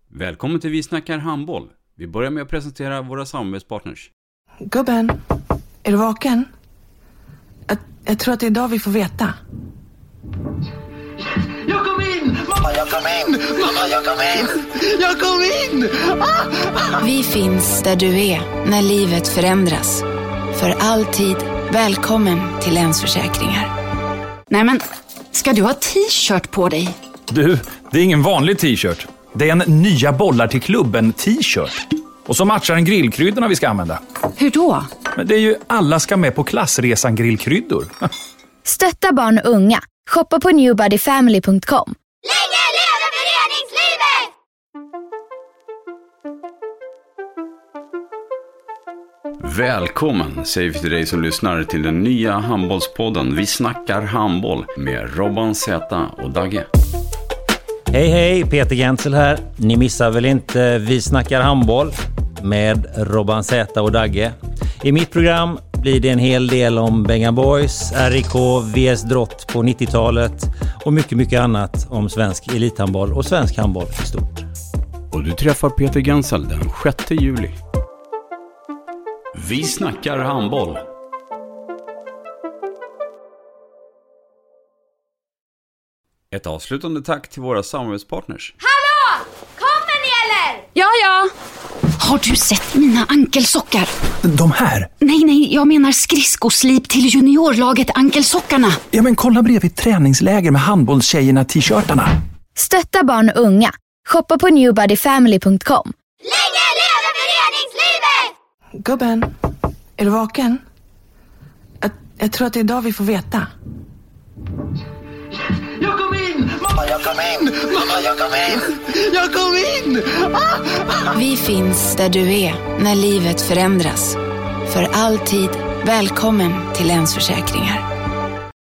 Välkommen till Vi snackar handboll. Vi börjar med att presentera våra samarbetspartners. Gubben, är du vaken? Jag tror att det är idag vi får veta. Jag kom in! Mamma, jag kom in! Mamma, jag kom in! Jag kom in! Vi finns där du är när livet förändras. För alltid välkommen till Länsförsäkringar. Nej men, ska du ha t-shirt på dig? Du, det är ingen vanlig t-shirt. Det är en nya bollar till klubben t-shirt. Och så matchar den grillkryddorna vi ska använda. Hur då? Men det är ju alla ska med på klassresan grillkryddor. Stötta barn och unga. Shoppa på newbodyfamily.com. Länge leve föreningslivet! Välkommen säger vi till dig som lyssnar till den nya handbollspodden Vi snackar handboll med Robban Z och Dagge. Hej, Peter Gensel här. Ni missar väl inte Vi snackar handboll med Robban Z och Dagge. I mitt program blir det en hel del om Benga Boys, RIK, VS Drott på 90-talet och mycket annat om svensk elithandboll och svensk handboll i stort. Och du träffar Peter Gensel den 6 juli. Vi snackar handboll. Ett avslutande tack till våra samarbetspartners. Hallå! Kommer ni eller? Ja. Har du sett mina ankelsockar? De här? Nej, jag menar skridskoslip till juniorlaget Ankelsockarna. Ja, men kolla bredvid träningsläger med handbollstjejerna t-shirtarna. Stötta barn och unga. Shoppa på newbodyfamily.com. Länge leve föreningslivet! Gubben, är du vaken? Jag tror att det är idag vi får veta. Jag kom in! Mamma, jag kom in! Mamma, jag kom in! Jag kom in! Vi finns där du är när livet förändras. För alltid välkommen till Länsförsäkringar.